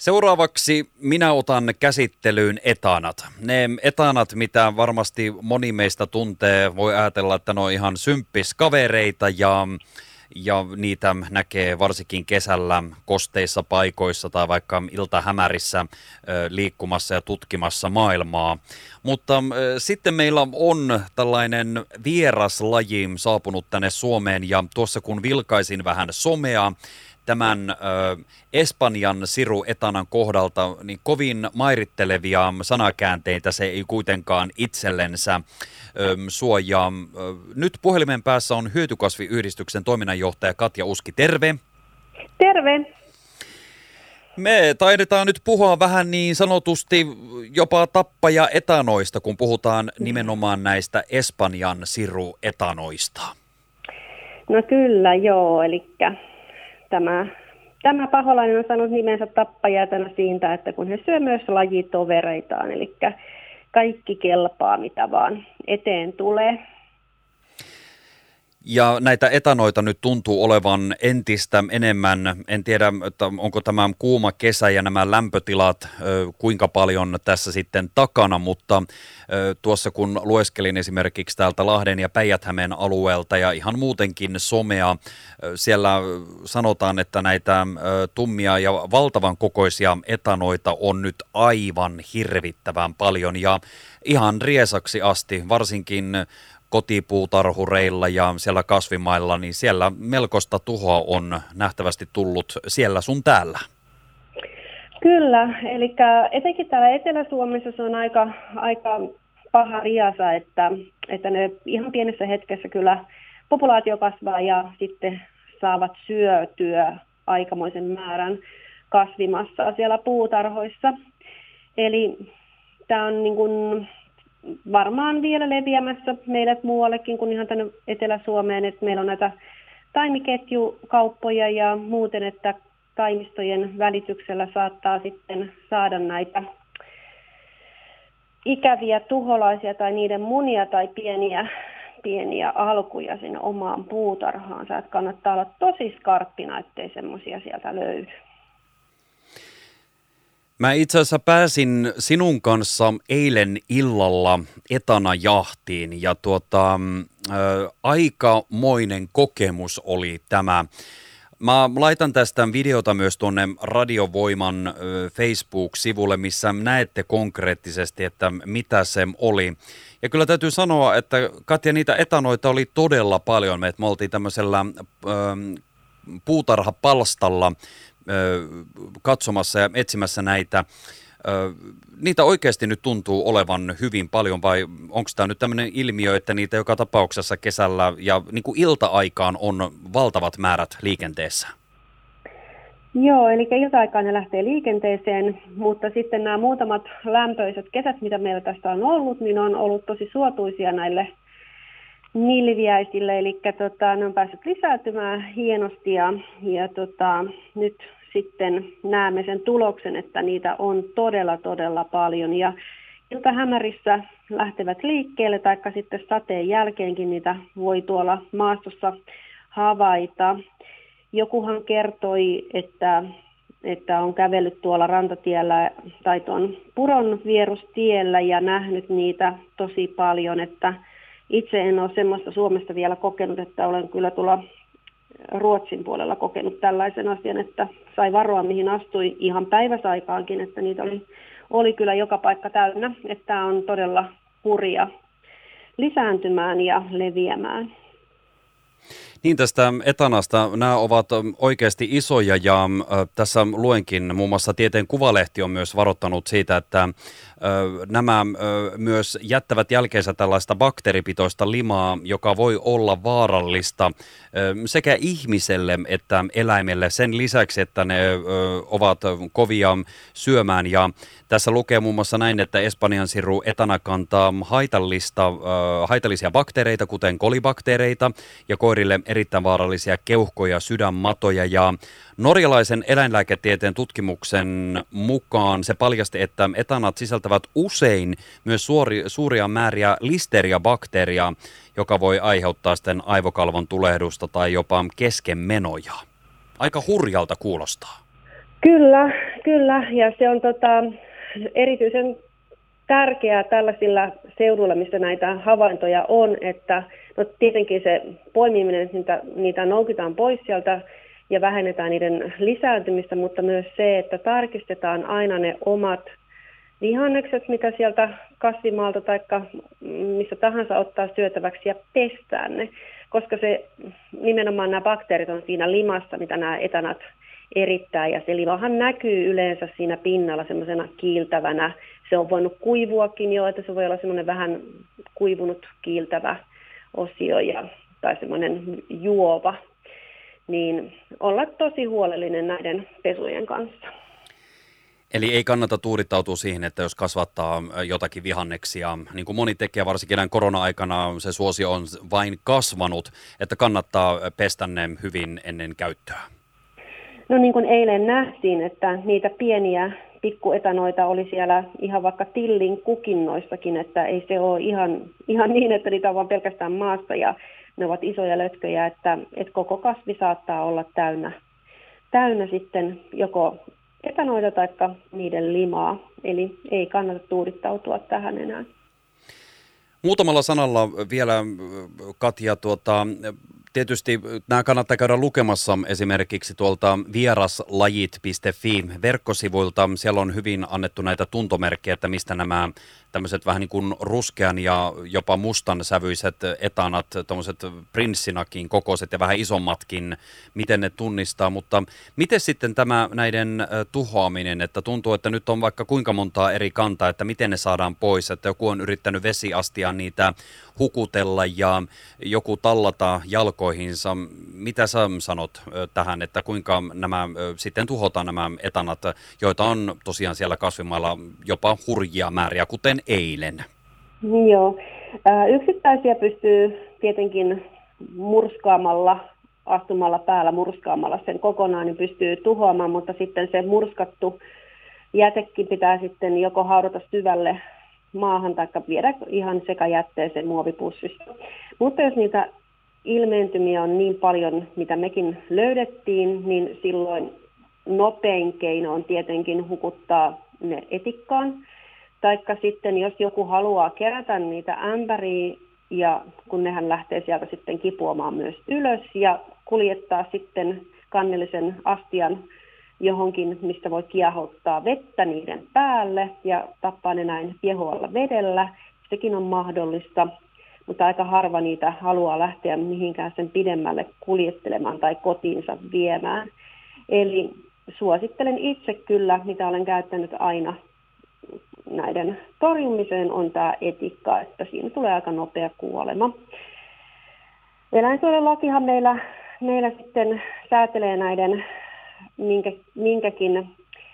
Seuraavaksi minä otan käsittelyyn etanat. Ne etanat, mitä varmasti moni meistä tuntee, voi ajatella, että ne on ihan symppiskavereita ja niitä näkee varsinkin kesällä kosteissa paikoissa tai vaikka iltahämärissä liikkumassa ja tutkimassa maailmaa. Mutta sitten meillä on tällainen vieraslaji saapunut tänne Suomeen ja tuossa kun vilkaisin vähän somea, tämän Espanjan siruetanan kohdalta, niin kovin mairittelevia sanakäänteitä se ei kuitenkaan itsellensä suojaa. Nyt puhelimen päässä on Hyötykasviyhdistyksen toiminnanjohtaja Katja Uski. Terve! Terve! Me taidetaan nyt puhua vähän niin sanotusti jopa tappajaetanoista, kun puhutaan nimenomaan näistä Espanjan siruetanoista. No kyllä, joo, eli Tämä paholainen on saanut nimensä tappajaetana siitä, että kun he syö myös lajitovereitaan, eli kaikki kelpaa, mitä vaan eteen tulee. Ja näitä etanoita nyt tuntuu olevan entistä enemmän. En tiedä, että onko tämä kuuma kesä ja nämä lämpötilat kuinka paljon tässä sitten takana, mutta tuossa kun lueskelin esimerkiksi täältä Lahden ja Päijät-Hämeen alueelta ja ihan muutenkin somea, siellä sanotaan, että näitä tummia ja valtavan kokoisia etanoita on nyt aivan hirvittävän paljon ja ihan riesaksi asti, varsinkin kotipuutarhureilla ja siellä kasvimailla, niin siellä melkoista tuhoa on nähtävästi tullut siellä sun täällä. Kyllä, eli etenkin täällä Etelä-Suomessa se on aika paha riasa, että ne ihan pienessä hetkessä kyllä populaatio kasvaa ja sitten saavat syötyä aikamoisen määrän kasvimassaa siellä puutarhoissa. Eli tämä on niin kuin varmaan vielä leviämässä meidät muuallekin kuin ihan tänne Etelä-Suomeen, että meillä on näitä taimiketjukauppoja ja muuten, että taimistojen välityksellä saattaa sitten saada näitä ikäviä tuholaisia tai niiden munia tai pieniä alkuja sinne omaan puutarhaansa, että kannattaa olla tosi skarppina, ettei semmoisia sieltä löydy. Mä itse asiassa pääsin sinun kanssa eilen illalla etanajahtiin ja aikamoinen kokemus oli tämä. Mä laitan tästä videota myös tuonne Radiovoiman Facebook-sivulle, missä näette konkreettisesti, että mitä se oli. Ja kyllä täytyy sanoa, että Katja, niitä etanoita oli todella paljon. Me oltiin tämmöisellä puutarhapalstalla katsomassa ja etsimässä näitä. Niitä oikeasti nyt tuntuu olevan hyvin paljon, vai onko tämä nyt tämmöinen ilmiö, että niitä joka tapauksessa kesällä ja niin kuin ilta-aikaan on valtavat määrät liikenteessä? Joo, eli ilta-aikaan ne lähtee liikenteeseen, mutta sitten nämä muutamat lämpöiset kesät, mitä meillä tästä on ollut, niin on ollut tosi suotuisia näille nilviäisille, eli ne on päässyt lisääntymään hienosti ja nyt sitten näemme sen tuloksen, että niitä on todella paljon ja iltahämärissä lähtevät liikkeelle tai sitten sateen jälkeenkin niitä voi tuolla maastossa havaita. Jokuhan kertoi, että on kävellyt tuolla rantatiellä tai tuon puron vierustiellä ja nähnyt niitä tosi paljon, että itse en ole semmoista Suomesta vielä kokenut, että olen kyllä tuolla Ruotsin puolella kokenut tällaisen asian, että sai varoa mihin astui ihan päiväsaikaankin, että niitä oli kyllä joka paikka täynnä, että tämä on todella hurja lisääntymään ja leviämään. Niin tästä etanasta, nämä ovat oikeasti isoja ja tässä luenkin, muun muassa Tieteen Kuvalehti on myös varoittanut siitä, että nämä myös jättävät jälkeensä tällaista bakteeripitoista limaa, joka voi olla vaarallista sekä ihmiselle että eläimelle sen lisäksi, että ne ovat kovia syömään. Ja tässä lukee muun muassa näin, että Espanjan siru etana kantaa haitallisia bakteereita, kuten kolibakteereita ja koirille erittäin vaarallisia keuhkoja, sydänmatoja ja norjalaisen eläinlääketieteen tutkimuksen mukaan se paljasti, että etanat sisältävät usein myös suuria määriä listeriabakteeria, joka voi aiheuttaa sitten aivokalvon tulehdusta tai jopa keskenmenoja. Aika hurjalta kuulostaa. Kyllä, kyllä. Ja se on erityisen tärkeää tällaisilla seuduilla, missä näitä havaintoja on, että no tietenkin se poimiminen, että niitä noukitaan pois sieltä ja vähennetään niiden lisääntymistä, mutta myös se, että tarkistetaan aina ne omat vihannekset, mitä sieltä kasvimaalta tai missä tahansa ottaa syötäväksi ja pestään ne, koska se nimenomaan nämä bakteerit on siinä limassa, mitä nämä etanat erittää, ja se limahan näkyy yleensä siinä pinnalla semmoisena kiiltävänä. Se on voinut kuivuakin jo, että se voi olla semmoinen vähän kuivunut kiiltävä osio tai semmoinen juova. Niin olla tosi huolellinen näiden pesujen kanssa. Eli ei kannata tuudittautua siihen, että jos kasvattaa jotakin vihanneksia, niin kuin moni tekee, varsinkin näin korona-aikana se suosio on vain kasvanut, että kannattaa pestä ne hyvin ennen käyttöä. No niin kuin eilen nähtiin, että niitä pieniä pikkuetanoita oli siellä ihan vaikka tillin kukinnoissakin, että ei se ole ihan niin, että niitä on vaan pelkästään maassa ja ne ovat isoja lötköjä, että koko kasvi saattaa olla täynnä sitten joko etanoita tai niiden limaa, eli ei kannata tuudittautua tähän enää. Muutamalla sanalla vielä, Katja, tietysti nämä kannattaa käydä lukemassa esimerkiksi tuolta vieraslajit.fi-verkkosivuilta. Siellä on hyvin annettu näitä tuntomerkkejä, että mistä nämä tämmöiset vähän niin kuin ruskean ja jopa mustan sävyiset etanat, tämmöiset prinssinakin kokoiset ja vähän isommatkin, miten ne tunnistaa. Mutta miten sitten tämä näiden tuhoaminen, että tuntuu, että nyt on vaikka kuinka montaa eri kantaa, että miten ne saadaan pois, että joku on yrittänyt vesiastiaan niitä hukutella ja joku tallata jalkoihinsa. Mitä sä sanot tähän, että kuinka nämä sitten tuhotaan nämä etanat, joita on tosiaan siellä kasvimailla jopa hurjia määriä, kuten eilen? Joo. Yksittäisiä pystyy tietenkin murskaamalla, astumalla päällä murskaamalla sen kokonaan, niin pystyy tuhoamaan, mutta sitten se murskattu jätekin pitää sitten joko haudata syvälle maahan tai viedä ihan sekajätteeseen muovipussista. Mutta jos niitä ilmeentymiä on niin paljon, mitä mekin löydettiin, niin silloin nopein keino on tietenkin hukuttaa ne etikkaan. Taikka sitten, jos joku haluaa kerätä niitä ämpäriä, ja kun nehän lähtee sieltä sitten kipuamaan myös ylös, ja kuljettaa sitten kannellisen astian johonkin, mistä voi kiehottaa vettä niiden päälle ja tappaa ne näin piehualla vedellä. Sekin on mahdollista, mutta aika harva niitä haluaa lähteä mihinkään sen pidemmälle kuljettelemaan tai kotiinsa viemään. Eli suosittelen itse kyllä, mitä olen käyttänyt aina näiden torjumiseen, on tämä etikka, että siinä tulee aika nopea kuolema. Eläinsuojelulakihan meillä sitten säätelee näiden minkäkin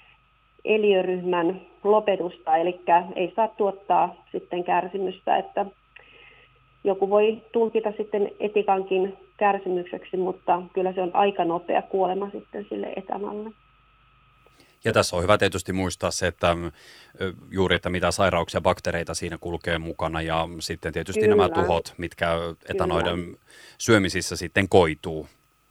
eliöryhmän lopetusta, eli ei saa tuottaa sitten kärsimystä, että joku voi tulkita sitten etikankin kärsimykseksi, mutta kyllä se on aika nopea kuolema sitten sille etanalle. Ja tässä on hyvä tietysti muistaa se, että juuri, että mitä sairauksia, bakteereita siinä kulkee mukana ja sitten tietysti Kyllä. nämä tuhot, mitkä etanoiden syömisissä sitten koituu.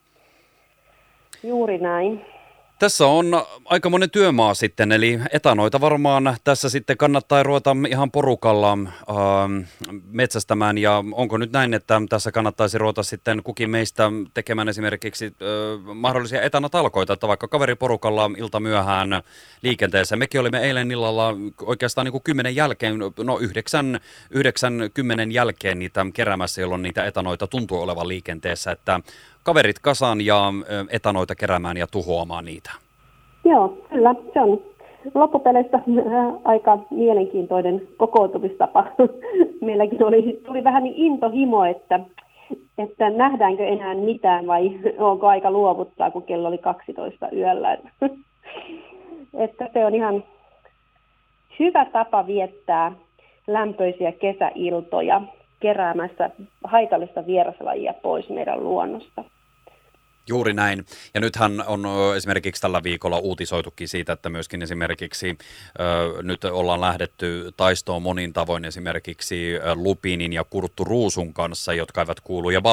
Juuri näin. Tässä on aikamoinen työmaa sitten, eli etanoita varmaan tässä sitten kannattaa ruveta ihan porukalla metsästämään, ja onko nyt näin, että tässä kannattaisi ruveta sitten kukin meistä tekemään esimerkiksi mahdollisia etanatalkoita, että vaikka kaveriporukalla ilta myöhään liikenteessä. Mekin olimme eilen illalla oikeastaan niin kuin 10 jälkeen, no 9-10 jälkeen niitä keräämässä, jolloin niitä etanoita tuntuu olevan liikenteessä, että kaverit kasaan ja etanoita keräämään ja tuhoamaan niitä. Joo, kyllä. Se on loppupeleissä aika mielenkiintoinen kokoontumistapa. Meilläkin tuli vähän niin intohimo, että nähdäänkö enää mitään vai onko aika luovuttaa, kun kello oli 12 yöllä. Että se on ihan hyvä tapa viettää lämpöisiä kesäiltoja keräämässä haitallista vieraslajia pois meidän luonnosta. Juuri näin. Ja nythän on esimerkiksi tällä viikolla uutisoitukin siitä, että myöskin esimerkiksi nyt ollaan lähdetty taistoon monin tavoin esimerkiksi Lupinin ja Kurttu Ruusun kanssa, jotka eivät kuulu, ja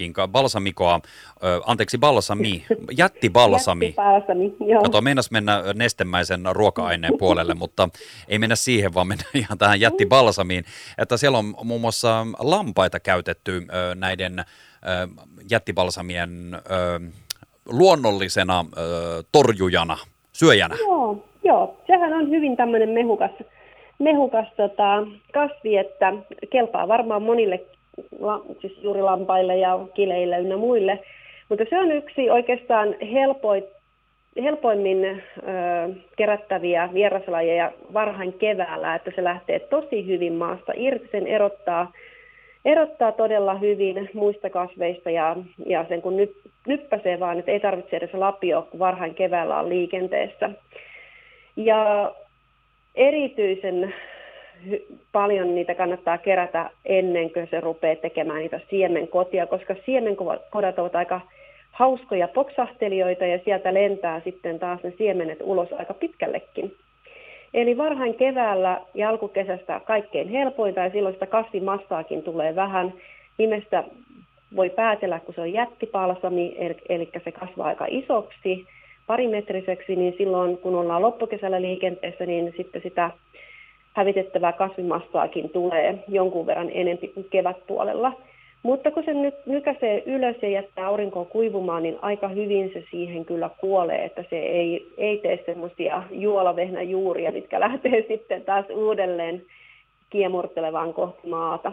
jättibalsami. Joo. Kato, meinas mennä nestemäisen ruoka-aineen puolelle, mutta ei mennä siihen, vaan mennä ihan tähän jättibalsamiin. Että siellä on muun muassa lampaita käytetty näiden jättibalsamien luonnollisena torjujana, syöjänä. Joo, sehän on hyvin tämmöinen mehukas kasvi, että kelpaa varmaan monille, siis juuri lampaille ja kileille ynnä muille, mutta se on yksi oikeastaan helpoimmin kerättäviä vieraslajeja varhain keväällä, että se lähtee tosi hyvin maasta irti, sen erottaa todella hyvin muista kasveista ja sen kun nyppäsee vaan, että ei tarvitse edes lapio, kun varhain keväällä on liikenteessä. Ja erityisen paljon niitä kannattaa kerätä ennen kuin se rupeaa tekemään niitä siemenkotia, koska siemenkodat ovat aika hauskoja poksahtelijoita ja sieltä lentää sitten taas ne siemenet ulos aika pitkällekin. Eli varhain keväällä ja alkukesästä kaikkein helpointa ja silloin sitä kasvimassaakin tulee vähän. Nimestä voi päätellä, kun se on jättipalsami, eli se kasvaa aika isoksi, parimetriseksi, niin silloin kun ollaan loppukesällä liikenteessä, niin sitten sitä hävitettävää kasvimassaakin tulee jonkun verran enempi kuin kevätpuolella. Mutta kun se nyt nykäisee ylös ja jättää aurinkoon kuivumaan, niin aika hyvin se siihen kyllä kuolee, että se ei tee semmoisia juolavehnäjuuria, mitkä lähtee sitten taas uudelleen kiemurtelemaan kohti maata.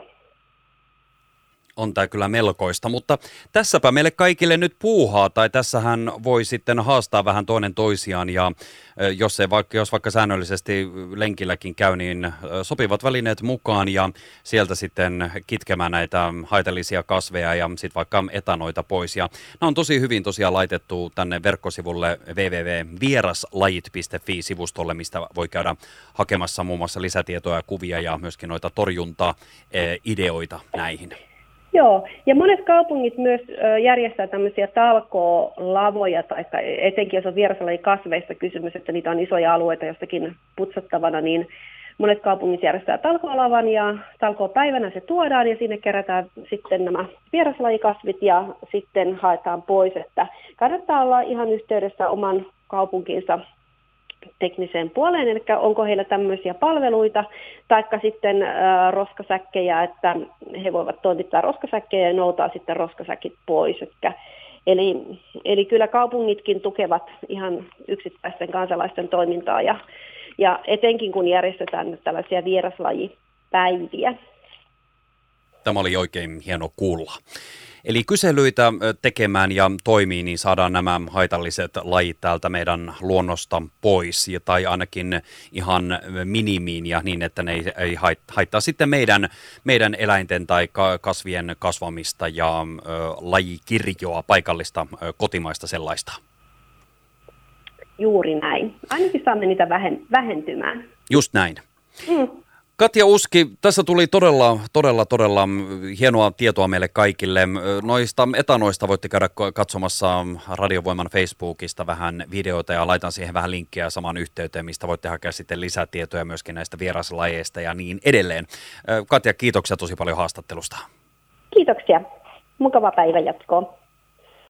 On tämä kyllä melkoista, mutta tässäpä meille kaikille nyt puuhaa, tai tässähän voi sitten haastaa vähän toinen toisiaan, ja jos vaikka säännöllisesti lenkilläkin käy, niin sopivat välineet mukaan, ja sieltä sitten kitkemään näitä haitallisia kasveja, ja sitten vaikka etanoita pois, ja nämä on tosi hyvin tosiaan laitettu tänne verkkosivulle www.vieraslajit.fi-sivustolle, mistä voi käydä hakemassa muun muassa lisätietoja ja kuvia, ja myöskin noita torjunta-ideoita näihin. Joo, ja monet kaupungit myös järjestää tämmöisiä talkoolavoja, tai etenkin jos on vieraslajikasveista kysymys, että niitä on isoja alueita jostakin putsattavana, niin monet kaupungit järjestää talkoolavan ja talkoopäivänä se tuodaan ja sinne kerätään sitten nämä vieraslajikasvit ja sitten haetaan pois, että kannattaa olla ihan yhteydessä oman kaupunkinsa tekniseen puoleen, eli onko heillä tämmöisiä palveluita, taikka sitten roskasäkkejä, että he voivat toimittaa roskasäkkejä ja noutaa sitten roskasäkit pois. Eli kyllä kaupungitkin tukevat ihan yksittäisten kansalaisten toimintaa ja etenkin kun järjestetään tällaisia vieraslajipäiviä. Tämä oli oikein hieno kuulla. Eli kyselyitä tekemään ja toimii, niin saadaan nämä haitalliset lajit täältä meidän luonnosta pois, tai ainakin ihan minimiin ja niin, että ne ei haittaa sitten meidän eläinten tai kasvien kasvamista ja lajikirjoa, paikallista, kotimaista sellaista. Juuri näin. Ainakin saamme niitä vähentymään. Just näin. Katja Uski, tässä tuli todella hienoa tietoa meille kaikille. Noista etanoista voitte käydä katsomassa Radiovoiman Facebookista vähän videoita ja laitan siihen vähän linkkiä samaan yhteyteen, mistä voitte hakea sitten lisätietoja myöskin näistä vieraslajeista ja niin edelleen. Katja, kiitoksia tosi paljon haastattelusta. Kiitoksia. Mukava päivän jatkoa.